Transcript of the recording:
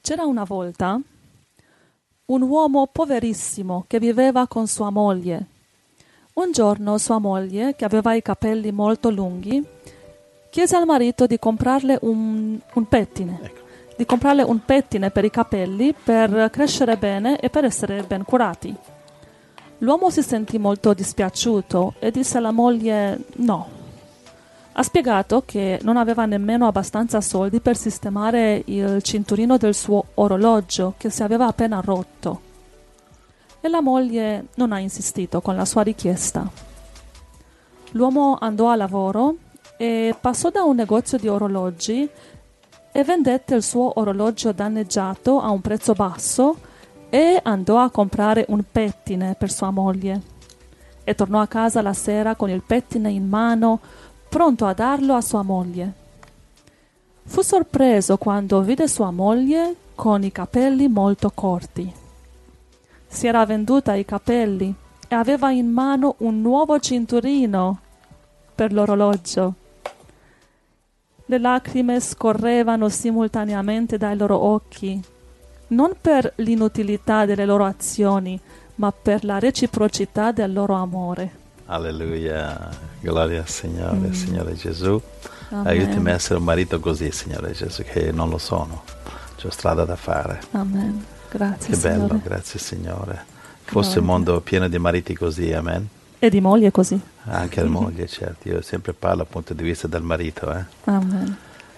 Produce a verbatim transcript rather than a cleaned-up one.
C'era una volta un uomo poverissimo che viveva con sua moglie. Un giorno sua moglie, che aveva i capelli molto lunghi, chiese al marito di comprarle un, un pettine, Ecco. di comprarle un pettine per i capelli per crescere bene e per essere ben curati. L'uomo si sentì molto dispiaciuto e disse alla moglie no. Ha spiegato che non aveva nemmeno abbastanza soldi per sistemare il cinturino del suo orologio che si aveva appena rotto. E la moglie non ha insistito con la sua richiesta. L'uomo andò a lavoro e passò da un negozio di orologi e vendette il suo orologio danneggiato a un prezzo basso e andò a comprare un pettine per sua moglie. E tornò a casa la sera con il pettine in mano, pronto a darlo a sua moglie. Fu sorpreso quando vide sua moglie con i capelli molto corti. Si era venduta i capelli e aveva in mano un nuovo cinturino per l'orologio. Le lacrime scorrevano simultaneamente dai loro occhi, non per l'inutilità delle loro azioni, ma per la reciprocità del loro amore. Alleluia, gloria al Signore, Mm. Signore Gesù. Amen. Aiutami a essere un marito così, Signore Gesù, che non lo sono. C'ho strada da fare. Amen. Grazie, Che bello, Signore. grazie Signore. Fosse Gloria. un mondo pieno di mariti così, amen. E di moglie così. Anche la moglie, certo. Io sempre parlo dal punto di vista del marito, eh. Amen.